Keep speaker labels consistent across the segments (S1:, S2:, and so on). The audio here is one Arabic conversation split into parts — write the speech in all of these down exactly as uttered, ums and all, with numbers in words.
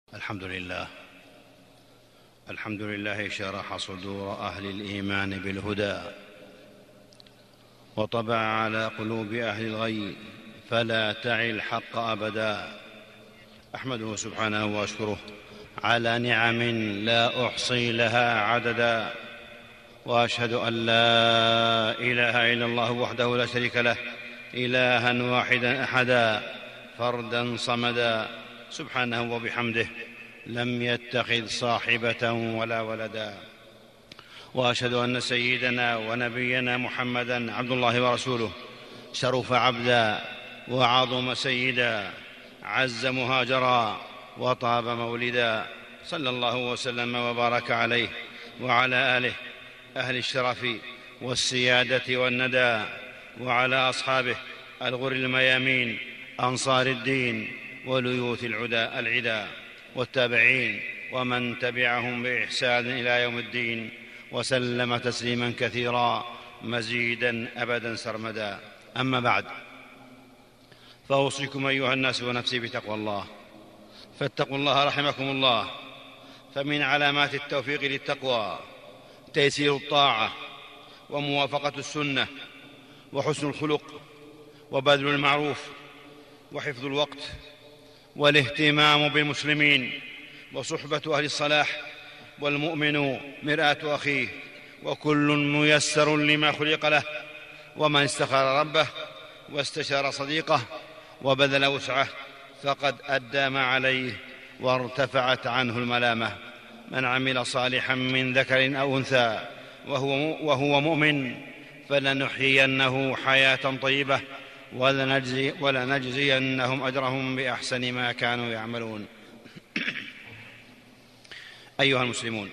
S1: الحمد لله الحمد لله شرح صدور أهل الإيمان بالهدى وطبع على قلوب أهل الغي فلا تعي الحق أبدا. أحمده سبحانه وأشكره على نعم لا أحصي لها عددا، وأشهد أن لا إله إلا الله وحده لا شريك له إلها واحدا أحدا فردا صمدا سبحانه وبحمده لم يتخذ صاحبة ولا ولدا. وأشهد أن سيدنا ونبينا محمدا عبد الله ورسوله شرف عبدا وعظم سيدا عز مهاجرا وطاب مولدا، صلى الله وسلم وبارك عليه وعلى آله أهل الشرف والسيادة والندى، وعلى أصحابه الغر الميامين أنصار الدين وليوث العدا العدا، والتابعين ومن تبعهم بإحسان إلى يوم الدين، وسلم تسليما كثيرا مزيدا أبدا سرمدا. أما بعد، فأوصيكم أيها الناس ونفسي بتقوى الله، فاتقوا الله رحمكم الله، فمن علامات التوفيق للتقوى تيسير الطاعة وموافقة السنة وحسن الخلق وبذل المعروف وحفظ الوقت والاهتمام بالمسلمين وصحبة أهل الصلاح، والمؤمن مرآة أخيه وكل ميسر لما خلق له، ومن استخار ربه واستشار صديقه وبذل وسعه فقد أدى ما عليه وارتفعت عنه الملامة. من عمل صالحا من ذكر أو أنثى وهو, وهو مؤمن فلنحيينه حياة طيبة ولنجزي ولنجزينهم أجرهم بأحسن ما كانوا يعملون. أيها المسلمون،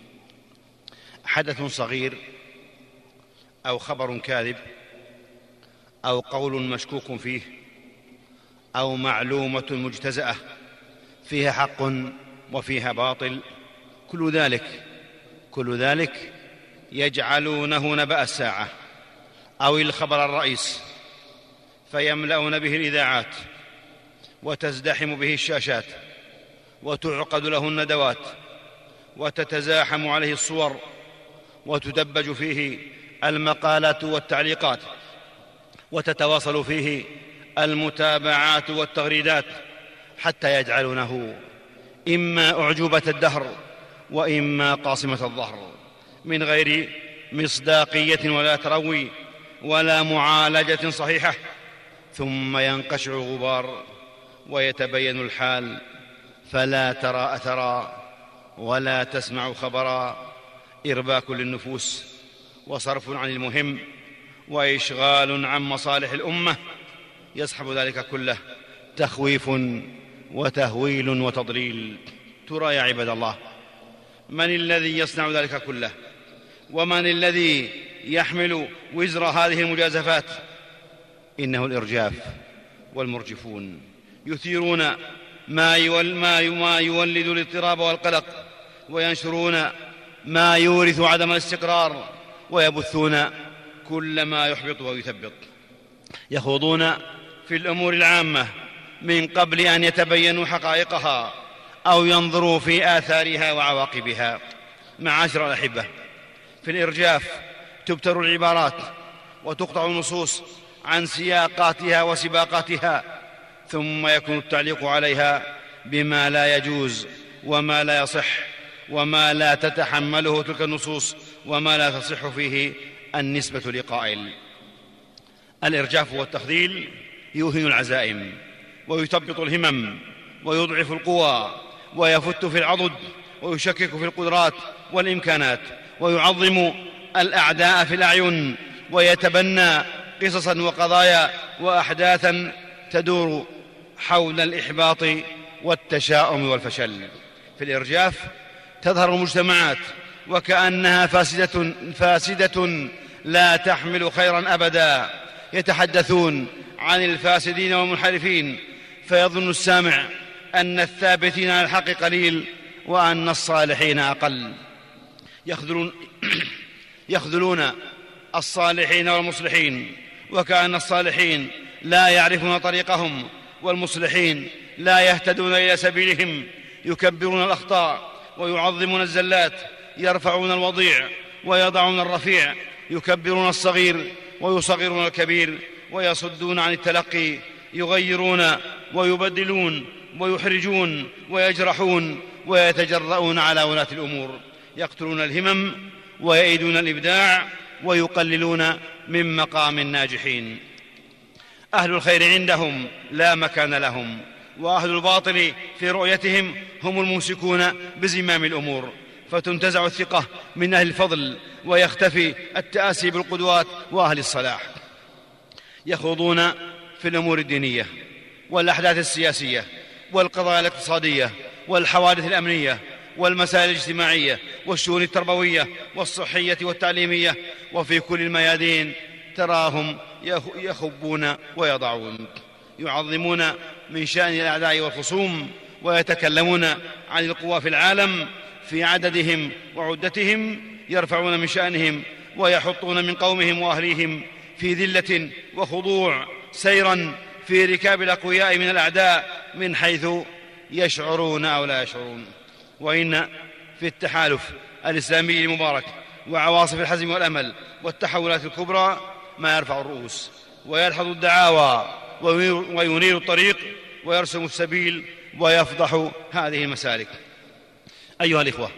S1: حدث صغير أو خبر كاذب أو قول مشكوك فيه أو معلومة مجتزأة فيها حق وفيها باطل، كل ذلك كل ذلك يجعلونه نبأ الساعة أو الخبر الرئيس، فيملأون به الإذاعات وتزدحم به الشاشات وتعقد له الندوات وتتزاحم عليه الصور وتدبج فيه المقالات والتعليقات وتتواصل فيه المتابعات والتغريدات، حتى يجعلونه إما أعجوبة الدهر وإما قاصمة الظهر، من غير مصداقية ولا تروي ولا معالجة صحيحة، ثم ينقشع الغبار ويتبين الحال، فلا ترى أثرا ولا تسمع خبرا، إرباك للنفوس وصرف عن المهم وإشغال عن مصالح الأمة، يصحب ذلك كله تخويف وتهويل وتضليل. ترى يا عباد الله، من الذي يصنع ذلك كله؟ ومن الذي يحمل وزر هذه المجازفات؟ إنه الإرجاف والمرجفون، يثيرون ما يولد الاضطراب والقلق، وينشرون ما يورث عدم الاستقرار، ويبثون كل ما يحبط ويثبط، يخوضون في الأمور العامة من قبل أن يتبينوا حقائقها أو ينظروا في آثارها وعواقبها. معاشر الأحبة، في الإرجاف تبتر العبارات وتقطع النصوص عن سياقاتها وسباقاتها، ثم يكون التعليق عليها بما لا يجوز وما لا يصح وما لا تتحمله تلك النصوص وما لا تصح فيه النسبة لقائل. الإرجاف والتخذيل يوهن العزائم ويثبط الهمم ويضعف القوى ويفت في العضد ويشكك في القدرات والإمكانات، ويعظم الأعداء في الأعين، ويتبنى قصصا وقضايا وأحداثا تدور حول الإحباط والتشاؤم والفشل. في الإرجاف تظهر المجتمعات وكأنها فاسدة, فاسدة لا تحمل خيرا أبدا، يتحدثون عن الفاسدين والمنحرفين، فيظن السامع أن الثابتين على الحق قليل وأن الصالحين أقل، يخذلون, يخذلون الصالحين والمصلحين، وكأن الصالحين لا يعرفون طريقهم والمصلحين لا يهتدون إلى سبيلهم، يكبرون الأخطاء ويعظمون الزلات، يرفعون الوضيع ويضعون الرفيع، يكبرون الصغير ويصغرون الكبير، ويصدون عن التلقي، يغيرون ويبدلون ويحرجون ويجرحون ويتجرؤون على ولاة الأمور، يقتلون الهمم ويئدون الإبداع ويقللون من مقام الناجحين. أهل الخير عندهم لا مكان لهم، وأهل الباطل في رؤيتهم هم الممسكون بزمام الأمور، فتنتزع الثقة من أهل الفضل ويختفي التآسي بالقدوات وأهل الصلاح. يخوضون في الأمور الدينية والأحداث السياسية والقضايا الاقتصادية والحوادث الأمنية والمسائل الاجتماعية والشؤون التربوية والصحية والتعليمية، وفي كل الميادين تراهم يخبون ويضعون، يعظمون من شأن الأعداء والخصوم، ويتكلمون عن القوى في العالم في عددهم وعدتهم، يرفعون من شأنهم ويحطون من قومهم وأهليهم في ذلة وخضوع، سيرا في ركاب الأقوياء من الأعداء من حيث يشعرون أو لا يشعرون. وإن في التحالف الإسلامي المبارك وعواصف الحزم والأمل والتحولات الكبرى ما يرفع الرؤوس ويلحظ الدعاوى وينير الطريق ويرسم السبيل ويفضح هذه المسالك. أيها الإخوة،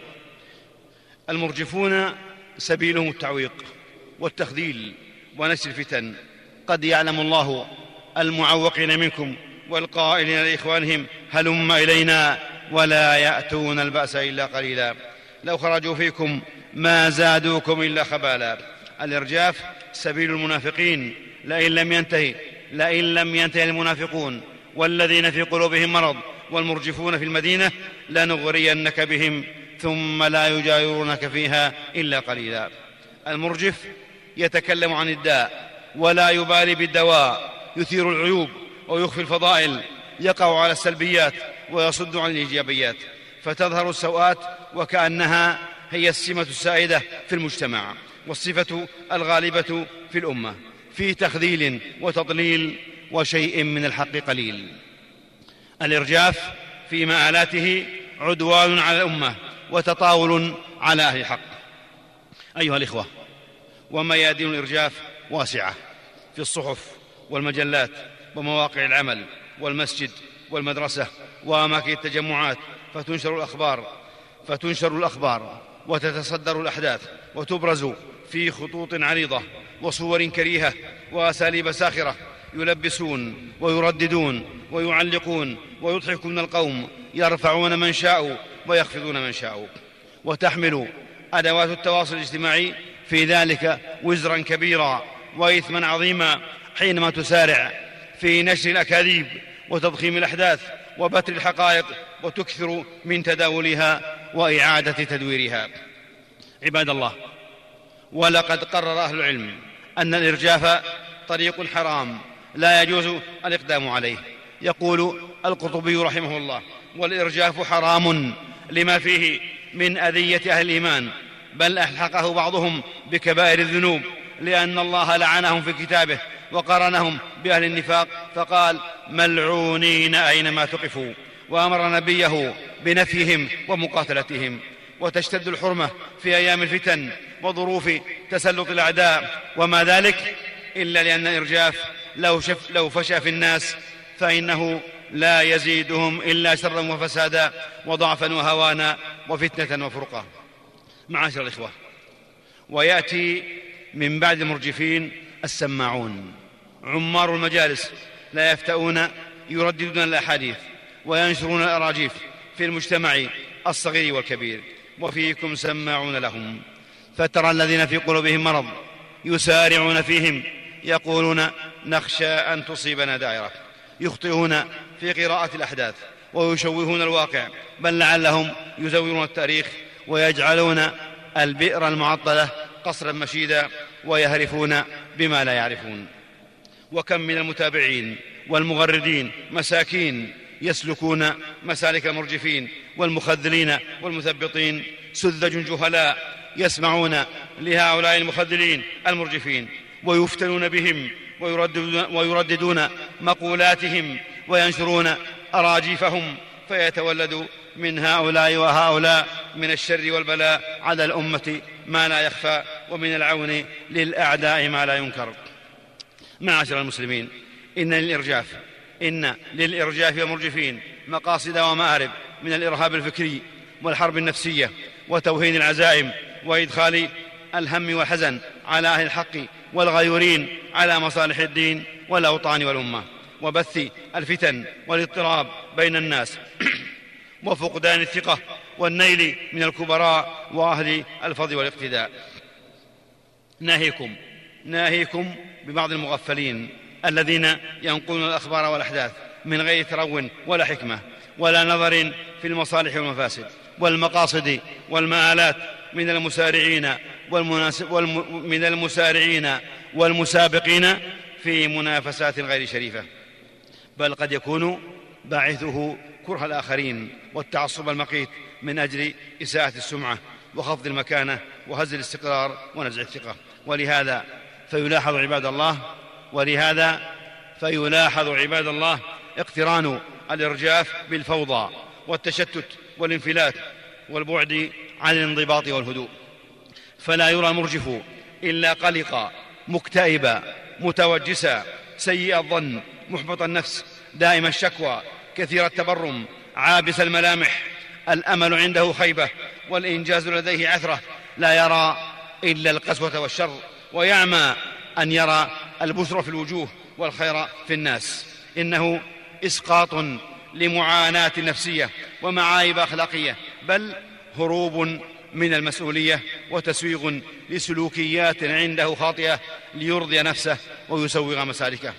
S1: المرجفون سبيلهم التعويق والتخذيل ونشر الفتن. قد يعلم الله المعوقين منكم والقائلين لإخوانهم هلم إلينا، ولا يأتون البأس إلا قليلا، لو خرجوا فيكم ما زادوكم إلا خبالا. الإرجاف سبيل المنافقين، لئن لم ينتهي لئن لم ينتهي المنافقون والذين في قلوبهم مرض والمرجفون في المدينة لنغرينك بهم ثم لا يجاورونك فيها إلا قليلا. المرجف يتكلم عن الداء ولا يبالي بالدواء، يثير العيوب ويخفي الفضائل، يقع على السلبيات ويصد عن الإيجابيات، فتظهر السوءات وكأنها هي السمة السائدة في المجتمع والصفة الغالبة في الأمة، في تخذيل وتضليل وشيء من الحق قليل. الإرجاف في مآلاته عدوان على الأمة وتطاول على أهل الحق. أيها الإخوة، وميادين الإرجاف واسعة في الصحف والمجلات ومواقع العمل والمسجد والمدرسة وأماكن التجمعات، فتنشر الأخبار فتنشر الأخبار وتتصدر الأحداث وتبرز في خطوط عريضة وصور كريهة وأساليب ساخرة، يلبسون ويرددون ويعلقون ويضحكون القوم، يرفعون من شاءوا ويخفضون من شاءوا، وتحمل أدوات التواصل الاجتماعي في ذلك وزرا كبيرا وإثما عظيما حينما تسارع في نشر الأكاذيب وتضخيم الأحداث وبتر الحقائق وتكثر من تداولها وإعادة تدويرها. عباد الله، ولقد قرر أهل العلم أن الإرجاف طريق حرام لا يجوز الإقدام عليه. يقول القرطبي رحمه الله: والإرجاف حرام لما فيه من أذية أهل الإيمان، بل ألحقه بعضهم بكبائر الذنوب، لأن الله لعنهم في كتابه وقارنهم بأهل النفاق فقال: ملعونين أينما ثقفوا، وأمر نبيه بنفيهم ومقاتلتهم. وتشتد الحرمة في أيام الفتن وظروف تسلط الأعداء، وما ذلك إلا لأن الإرجاف لو, شف لو فشى في الناس فإنه لا يزيدهم إلا شرا وفسادا وضعفا وهوانا وفتنة وفرقة. معاشر الإخوة، ويأتي من بعد المرجفين السماعون، عمار المجالس، لا يفتؤون، يرددون الأحاديث وينشرون الأراجيف في المجتمع الصغير والكبير، وفيكم سماعون لهم، فترى الذين في قلوبهم مرض يسارعون فيهم يقولون: نخشى أن تصيبنا دائرة، يخطئون في قراءة الأحداث ويشوهون الواقع، بل لعلهم يزورون التاريخ ويجعلون البئر المعطلة قصرا مشيدا ويهرفون بما لا يعرفون. وكم من المتابعين والمغردين مساكين يسلكون مسالك المرجفين والمخذلين والمثبطين، سذج جهلاء يسمعون لهؤلاء المخذلين المرجفين ويفتنون بهم ويرددون, ويرددون مقولاتهم وينشرون أراجيفهم، فيتولد من هؤلاء وهؤلاء من الشر والبلاء على الأمة ما لا يخفى، ومن العون للأعداء ما لا ينكر. معاشر المسلمين، إن للإرجاف إن للإرجاف والمرجفين مقاصد ومآرب من الإرهاب الفكري والحرب النفسية وتوهين العزائم وإدخال الهم والحزن على أهل الحق والغيورين على مصالح الدين والأوطان والأمة، وبث الفتن والاضطراب بين الناس وفقدان الثقة والنيل من الكبراء وأهل الفضل والاقتداء. ناهيكم ناهيكم ببعض المغفلين الذين ينقلون الأخبار والأحداث من غير ترو ولا حكمة ولا نظر في المصالح والمفاسد والمقاصد والمآلات من المسارعين والم... من المسارعين والمسابقين في منافسات غير شريفة، بل قد يكون باعثه كره الآخرين والتعصب المقيت من أجل إساءة السمعة وخفض المكانة وهز الاستقرار ونزع الثقة. ولهذا فيلاحظ عباد الله ولهذا فيلاحظ عباد الله اقتران الإرجاف بالفوضى والتشتت والانفلات والبعد عن الانضباط والهدوء، فلا يرى المرجف إلا قلقا مكتئبا متوجسا سيء الظن محبط النفس دائم الشكوى كثير التبرم عابس الملامح، الأمل عنده خيبة والإنجاز لديه عثرة، لا يرى إلا القسوة والشر، ويعمى أن يرى البشر في الوجوه والخير في الناس. إنه إسقاط لمعاناة نفسية ومعايب أخلاقية، بل هروب من المسؤولية وتسويغ لسلوكيات عنده خاطئة ليرضي نفسه ويسوغ مسالكه.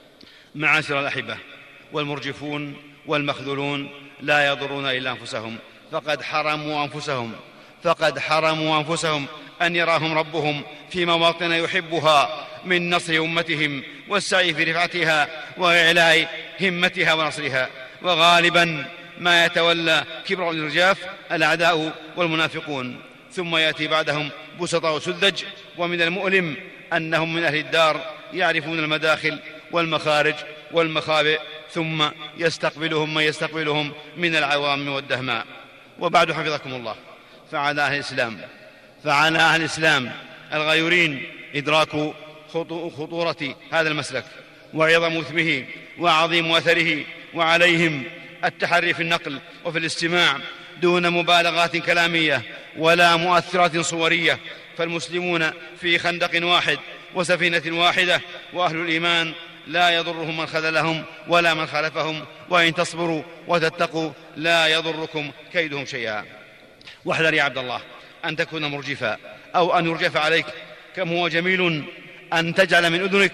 S1: معاشر الأحبة، والمرجفون والمخذولون لا يضرون إلا أنفسهم، فقد حرموا أنفسهم فقد حرموا أنفسهم أن يراهم ربهم في مواطن يحبها من نصر أمتهم والسعي في رفعتها وإعلاء همتها ونصرها. وغالبا ما يتولى كبر الإرجاف الأعداء والمنافقون، ثم يأتي بعدهم بسطاء سذج. ومن المؤلم أنهم من أهل الدار يعرفون المداخل والمخارج والمخابئ، ثم يستقبلهم من يستقبلهم من العوام والدهماء. وبعد، حفظكم الله، فعلى أهل الإسلام فعلى أهل الإسلام الغيورين إدراك خطورة هذا المسلك وعظم إثمه وعظيم أثره، وعليهم التحري في النقل وفي الاستماع دون مبالغات كلامية ولا مؤثرات صورية، فالمسلمون في خندق واحد وسفينة واحدة، وأهل الإيمان لا يضرهم من خذلهم ولا من خالفهم، وإن تصبروا وتتقوا لا يضركم كيدهم شيئا. واحذر يا عبد الله أن تكون مرجفا أو أن يرجف عليك، كم هو جميل أن تجعل من أذنك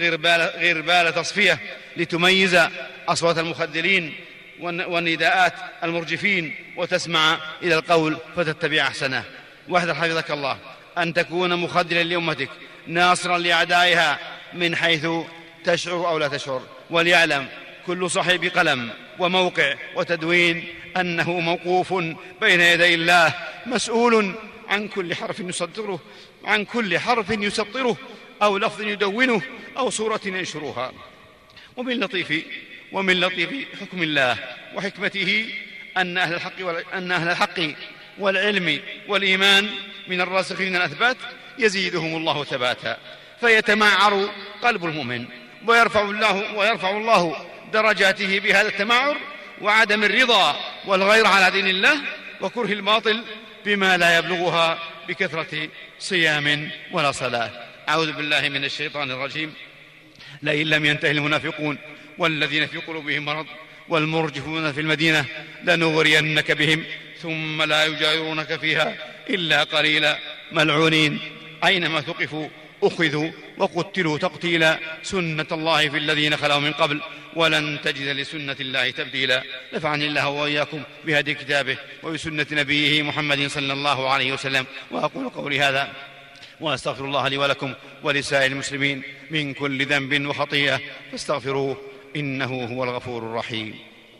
S1: غربال تصفية لتميز أصوات المخذلين والنداءات المرجفين وتسمع إلى القول فتتبع أحسنه. واحذر حفظك الله أن تكون مخذلا لأمتك ناصرا لأعدائها من حيث تشعر أو لا تشعر. وليعلم كل صاحب قلم وموقع وتدوين أنه موقوف بين يدي الله، مسؤول عن كل حرف يسطره عن كل حرف يسطره أو لفظ يدونه أو صورة ينشرها. ومن لطيف ومن لطيف حكم الله وحكمته أن أهل الحق أن أهل الحق والعلم والإيمان من الراسخين الأثبات يزيدهم الله ثباتا، فيتمعر قلب المؤمن ويرفع الله ويرفع الله درجاته بهذا التمعر وعدم الرضا والغير على دين الله وكره الباطل بما لا يبلغها بكثرة صيام ولا صلاة. أعوذ بالله من الشيطان الرجيم. لئن لم ينتهي المنافقون والذين في قلوبهم مرض والمرجفون في المدينة لنغرينك بهم ثم لا يجاورونك فيها إلا قليلا ملعونين أينما ثقفوا أخذوا وقتلوا تقتيلا سنة الله في الذين خلوا من قبل ولن تجد لسنة الله تبديلا. نفعني الله وإياكم بهدي كتابه وبسنة نبيه محمد صلى الله عليه وسلم. وأقول قولي هذا وأستغفر الله لي ولكم ولسائر المسلمين من كل ذنب وخطيئة فاستغفروه إنه هو الغفور الرحيم.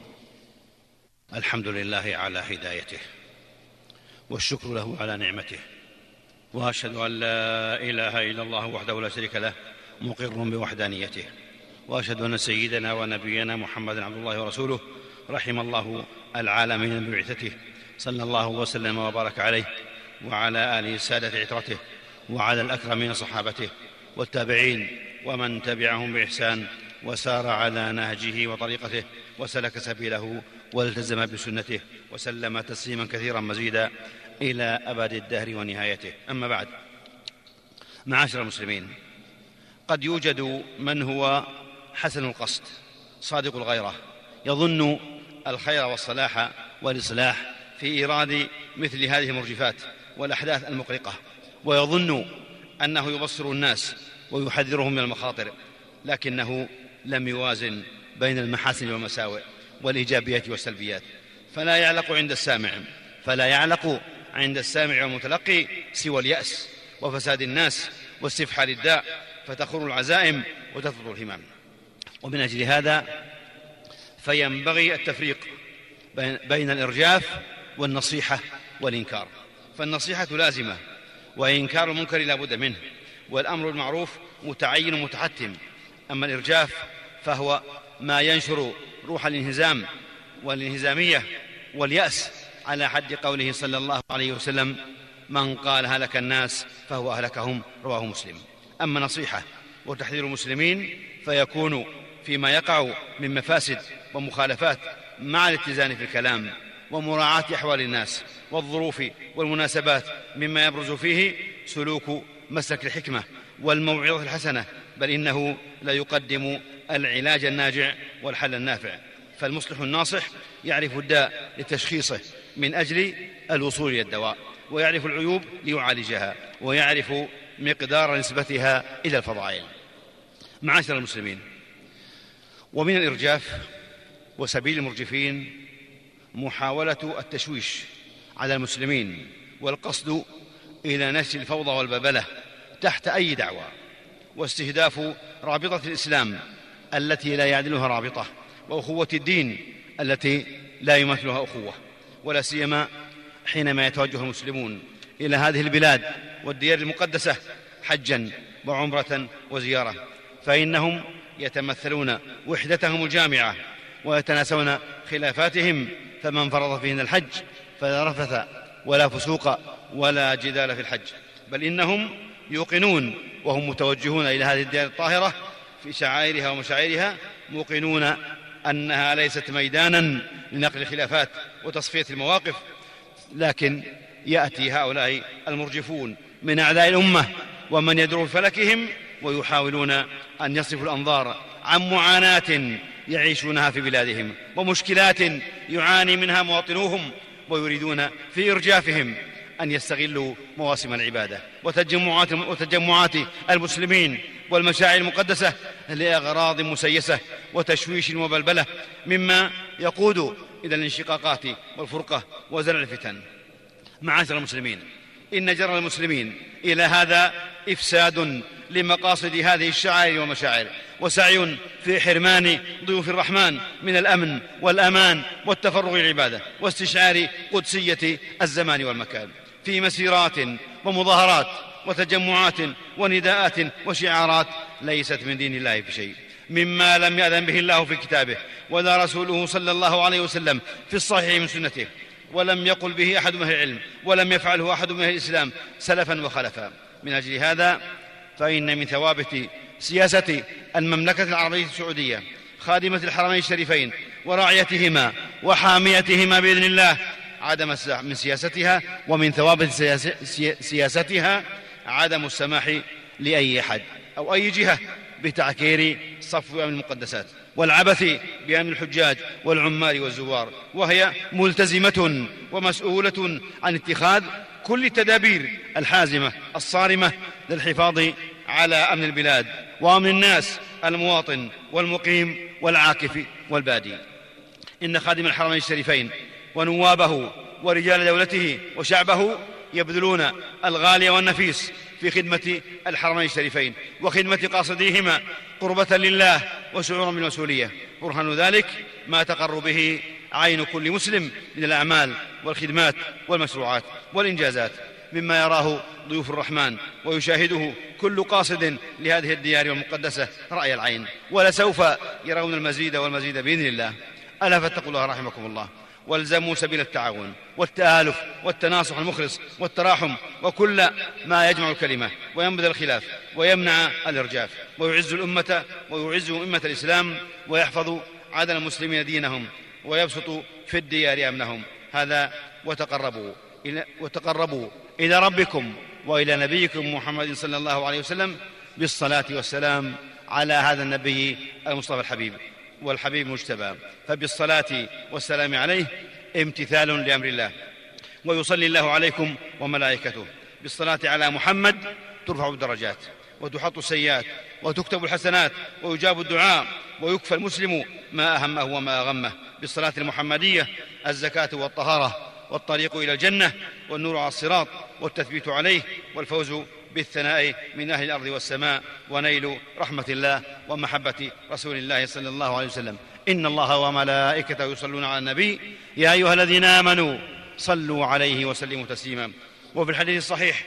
S1: الحمد لله على هدايته والشكر له على نعمته، وأشهد أن لا إله إلا الله وحده لا شريك له مقر بوحدانيته، وأشهد أن سيدنا ونبينا محمدا عبد الله ورسوله رحم الله العالمين ببعثته، صلى الله وسلم وبارك عليه وعلى آله السادة عترته وعلى الأكرمين صحابته والتابعين ومن تبعهم بإحسان وسار على نهجه وطريقته وسلك سبيله والتزم بسنته وسلم تسليما كثيرا مزيدا إلى أبد الدهر ونهايته. أما بعد، معاشر المسلمين، قد يوجد من هو حسن القصد صادق الغيرة، يظن الخير والصلاح والإصلاح في إيراد مثل هذه المرجفات والأحداث المقلقة، ويظن أنه يبصر الناس ويحذرهم من المخاطر، لكنه لم يوازن بين المحاسن والمساوئ والإيجابيات والسلبيات، فلا يعلق عند السامع فلا يعلق عند السامع والمتلقي سوى اليأس وفساد الناس واستفحال الداء، فتخر العزائم وتثبط الهمام. ومن أجل هذا فينبغي التفريق بين الإرجاف والنصيحة والإنكار، فالنصيحة لازمة وإنكار المنكر لا بد منه، والأمر بالمعروف متعين ومتحتم. أما الإرجاف فهو ما ينشر روح الانهزام والانهزامية واليأس، على حد قوله صلى الله عليه وسلم: من قال هلك الناس فهو أهلكهم، رواه مسلم. أما نصيحة وتحذير المسلمين فيكون فيما يقع من مفاسد ومخالفات، مع الاتزان في الكلام ومراعاة أحوال الناس والظروف والمناسبات، مما يبرز فيه سلوك مسلك الحكمة والموعظة الحسنة، بل إنه لا يقدم العلاج الناجع والحل النافع. فالمصلح الناصح يعرف الداء لتشخيصه من أجل الوصول إلى الدواء، ويعرف العيوب ليعالجها، ويعرف مقدار نسبتها إلى الفضائل. معاشر المسلمين، ومن الإرجاف وسبيل المرجفين محاولة التشويش على المسلمين والقصد إلى نشر الفوضى والبلبلة تحت أي دعوى، واستهداف رابطة الإسلام التي لا يعدلها رابطة، وأخوة الدين التي لا يمثلها أخوة، ولا سيما حينما يتوجه المسلمون إلى هذه البلاد والديار المقدسة حجا وعمرة وزيارة، فإنهم يتمثلون وحدتهم الجامعة ويتناسون خلافاتهم. فمن فرض فيهن الحج فلا رفث ولا فسوق ولا جدال في الحج، بل إنهم يوقنون وهم متوجهون إلى هذه الديار الطاهرة في شعائرها ومشاعرها، موقنون أنها ليست ميدانا لنقل الخلافات وتصفية المواقف، لكن يأتي هؤلاء المرجفون من أعداء الأمة ومن يدور فلكهم ويحاولون أن يصرفوا الأنظار عن معاناة يعيشونها في بلادهم ومشكلات يعاني منها مواطنوهم، ويريدون في إرجافهم أن يستغلوا مواسم العبادة وتجمعات, وتجمعات المسلمين والمشاعر المقدسة لأغراض مسيسة وتشويش وبلبلة، مما يقود إلى الانشقاقات والفرقة وزرع الفتن. معاشر المسلمين، إن جرى المسلمين إلى هذا إفساد لمقاصد هذه الشعائر والمشاعر، وسعي في حرمان ضيوف الرحمن من الأمن والأمان والتفرغ للعبادة واستشعار قدسية الزمان والمكان، في مسيرات ومظاهرات وتجمعات ونداءات وشعارات ليست من دين الله في شيء، مما لم يأذن به الله في كتابه ولا رسوله صلى الله عليه وسلم في الصحيح من سنته، ولم يقل به أحد من أهل العلم، ولم يفعله أحد من أهل الإسلام سلفا وخلفا. من أجل هذا فإن من ثوابت سياسة المملكة العربية السعودية خادمة الحرمين الشريفين وراعيتهما وحاميتهما بإذن الله عدم من سياستها، ومن ثوابت سياستها عدم السماح لأي أحد أو أي جهة بتعكير صفو أمن المقدسات والعبث بأمن الحجاج والعمال والزوار، وهي ملتزمة ومسؤولة عن اتخاذ كل التدابير الحازمة الصارمة للحفاظ على أمن البلاد وأمن الناس المواطن والمقيم والعاكف والبادي. إن خادم الحرمين الشريفين ونوابه ورجال دولته وشعبه يبذلون الغالي والنفيس في خدمة الحرمين الشريفين وخدمة قاصديهما قربة لله وشعورا بالمسؤولية. برهان ذلك ما تقر به عين كل مسلم من الأعمال والخدمات والمشروعات والإنجازات، مما يراه ضيوف الرحمن ويشاهده كل قاصد لهذه الديار المقدسة رأي العين، ولسوف يرون المزيد والمزيد بإذن الله. ألا فاتقوا الله رحمكم الله، والزموا سبيل التعاون والتآلف والتناصح المخلص والتراحم، وكل ما يجمع الكلمة وينبذ الخلاف ويمنع الإرجاف، ويعز الأمة ويعز أمة الإسلام، ويحفظ عدل المسلمين دينهم، ويبسط في الديار أمنهم. هذا وتقربوا إلى, وتقربوا إلى ربكم وإلى نبيكم محمد صلى الله عليه وسلم بالصلاة والسلام على هذا النبي المصطفى الحبيب والحبيب المجتبى، فبالصلاة والسلام عليه امتثال لأمر الله. ويصلي الله عليكم وملائكته. بالصلاة على محمد ترفع الدرجات وتحط السيئات وتكتب الحسنات ويجاب الدعاء ويكفى المسلم ما أهمه وما أغمه. بالصلاة المحمدية الزكاة والطهارة والطريق إلى الجنة والنور على الصراط والتثبيت عليه والفوز بالثناء من أهل الأرض والسماء ونيل رحمة الله ومحبة رسول الله صلى الله عليه وسلم. إن الله وملائكته يصلون على النبي يا أيها الذين آمنوا صلوا عليه وسلموا تسليما. وفي الحديث الصحيح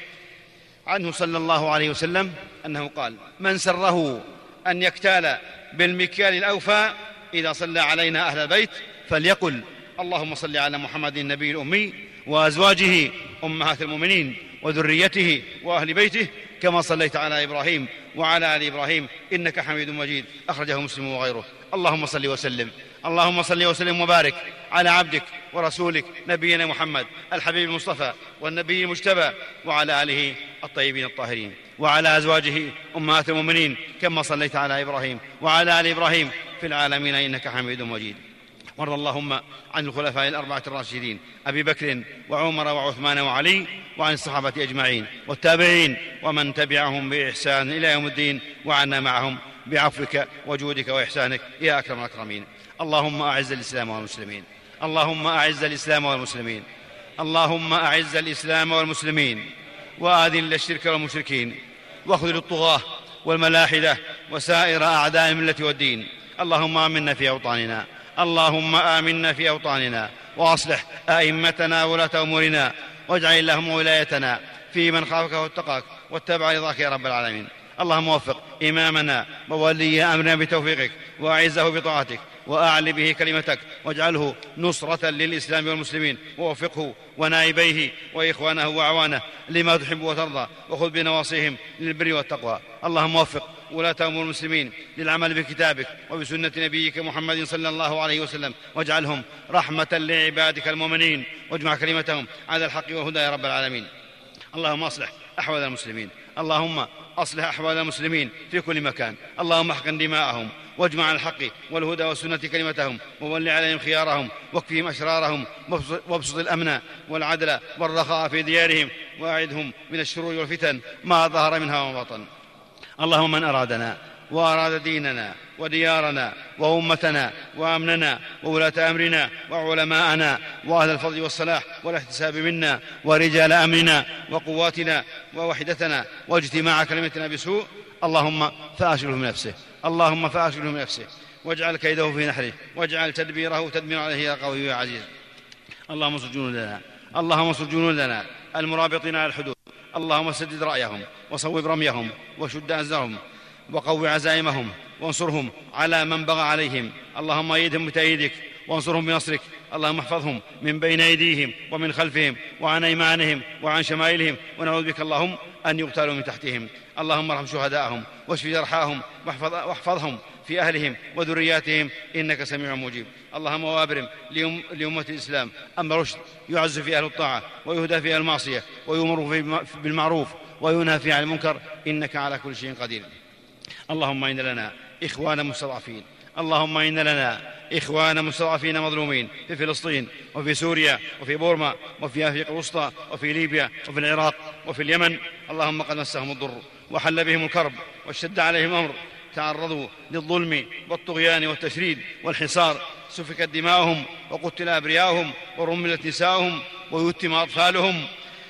S1: عنه صلى الله عليه وسلم أنه قال: من سره أن يكتال بالمكيال الأوفى إذا صلى علينا أهل البيت فليقل اللهم صل على محمد النبي الأمي وأزواجه أمهات المؤمنين وذريته وأهل بيته كما صليت على إبراهيم وعلى آل إبراهيم إنك حميد مجيد. أخرجه مسلم وغيره. اللهم صل وسلم اللهم صل وسلم وبارك على عبدك ورسولك نبينا محمد الحبيب المصطفى والنبي المجتبى وعلى آله الطيبين الطاهرين وعلى أزواجه أمهات المؤمنين كما صليت على إبراهيم وعلى آل إبراهيم في العالمين إنك حميد مجيد. وارض اللهم عن الخلفاء الأربعة الراشدين أبي بكر وعمر وعثمان وعلي وعن الصحابة أجمعين والتابعين ومن تبعهم بإحسان إلى يوم الدين، وعنا معهم بعفوك وجودك وإحسانك يا أكرم الأكرمين. اللهم أعز الإسلام والمسلمين اللهم أعز الإسلام والمسلمين اللهم أعز الإسلام والمسلمين وأذل الشرك والمشركين واخذل الطغاة والملاحدة وسائر أعداء الملة والدين. اللهم آمنا في أوطاننا اللهم آمنا في أوطاننا وأصلح أئمتنا وولاة أمورنا، واجعل اللهم ولايتنا في من خافك واتقاك واتبع رضاك يا رب العالمين. اللهم وفق إمامنا وولي أمرنا بتوفيقك وأعزه بطاعتك وأعل به كلمتك، واجعله نصرة للإسلام والمسلمين، ووفقه ونائبيه وإخوانه وأعوانه لما تحب وترضى، وخذ بنواصيهم للبر والتقوى. اللهم وفق ولاة أمور المسلمين للعمل بكتابك وبسنة نبيك محمد صلى الله عليه وسلم، واجعلهم رحمة لعبادك المؤمنين، واجمع كلمتهم على الحق والهدى يا رب العالمين. اللهم أصلح أحوال المسلمين اللهم أصلح أحوال المسلمين في كل مكان. اللهم احقن دماءهم واجمع على الحق والهدى والسنة كلمتهم، وول عليهم خيارهم واكفهم أشرارهم، وابسط الأمن والعدل والرخاء في ديارهم، وأعذهم من الشرور والفتن ما ظهر منها وما بطن. اللهم من أرادنا وأراد ديننا وديارنا وأمتنا وأمننا وولاة أمرنا وعلماءنا وأهل الفضل والصلاح والاحتساب منا ورجال أمرنا وقواتنا ووحدتنا واجتماع كلمتنا بسوء، اللهم فأشغله من نفسه اللهم فأشغله من نفسه واجعل كيده في نحره واجعل تدبيره تدمير عليه يا قوي يا عزيز. اللهم انصر جنودنا اللهم انصر جنودنا المرابطين على الحدود. اللهم سدد رأيهم وصوب رميهم وشد أزرهم وقو عزائمهم وانصرهم على من بغى عليهم. اللهم أيدهم بتأييدك وانصرهم بنصرك. اللهم احفظهم من بين أيديهم ومن خلفهم وعن أيمانهم وعن شمائلهم، ونعوذ بك اللهم أن يقتلوا من تحتهم. اللهم ارحم شهداءهم واشف جرحاهم واحفظ واحفظهم في أهلهم وذرياتهم إنك سميع مجيب. اللهم وابرم لأمة الإسلام أمر رشد يعز فيها أهل الطاعة ويهدى فيها المعصية ويؤمر بالمعروف وينهى فيها عن المنكر إنك على كل شيء قدير. اللهم إن لنا إخوانا مستضعفين اللهم إن لنا إخوانا مستضعفين مظلومين في فلسطين وفي سوريا وفي بورما وفي أفريقيا الوسطى وفي ليبيا وفي العراق وفي اليمن. اللهم قد مسهم الضر وحل بهم الكرب واشتد عليهم الأمر، تعرضوا للظلم والطغيان والتشريد والحصار، سفكت دماؤهم وقتل أبرياؤهم ورملت نساؤهم ويتم أطفالهم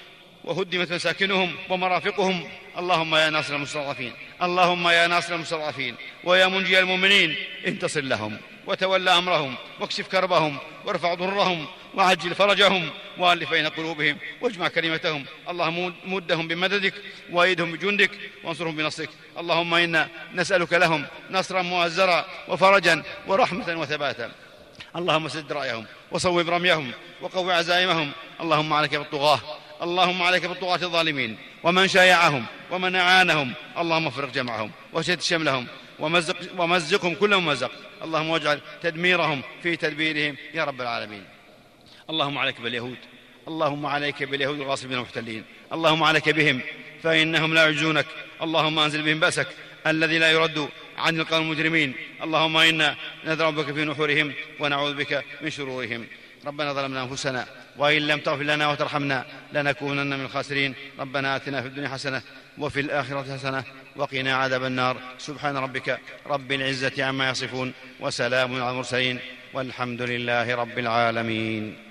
S1: وهدمت مساكنهم ومرافقهم. اللهم يا ناصر المستضعفين اللهم يا ناصر المستضعفين ويا منجي المؤمنين انتصر لهم وتولى أمرهم واكشف كربهم وارفع ضرهم وعجل فرجهم وألف بين قلوبهم واجمع كلمتهم. اللهم مدهم بمددك وأيدهم بجندك وانصرهم بنصرك. اللهم إنا نسألك لهم نصرا مؤزرا وفرجا ورحمة وثباتا. اللهم سدد رأيهم وصوب رميهم وقو عزائمهم. اللهم عليك بالطغاة، اللهم عليك بالطغاة الظالمين ومن شايعهم ومن أعانهم. اللهم افرق جمعهم وشتت شملهم ومزق ومزقهم كل ممزق. اللهم واجعل تدميرهم في تدبيرهم يا رب العالمين. اللهم عليك باليهود، اللهم عليك باليهود الغاصبين المحتلين. اللهم عليك بهم فإنهم لا يعجزونك. اللهم أنزل بهم بأسك الذي لا يرد عن القوم المجرمين. اللهم إنا نذرع بك في نحورهم ونعوذ بك من شرورهم. ربنا ظلمنا أنفسنا وإن لم تغفر لنا وترحمنا لنكونن من الخاسرين. ربنا آتنا في الدنيا حسنة وفي الآخرة حسنة وقنا عذاب النار. سبحان ربك رب العزة عما يصفون وسلام على المرسلين والحمد لله رب العالمين.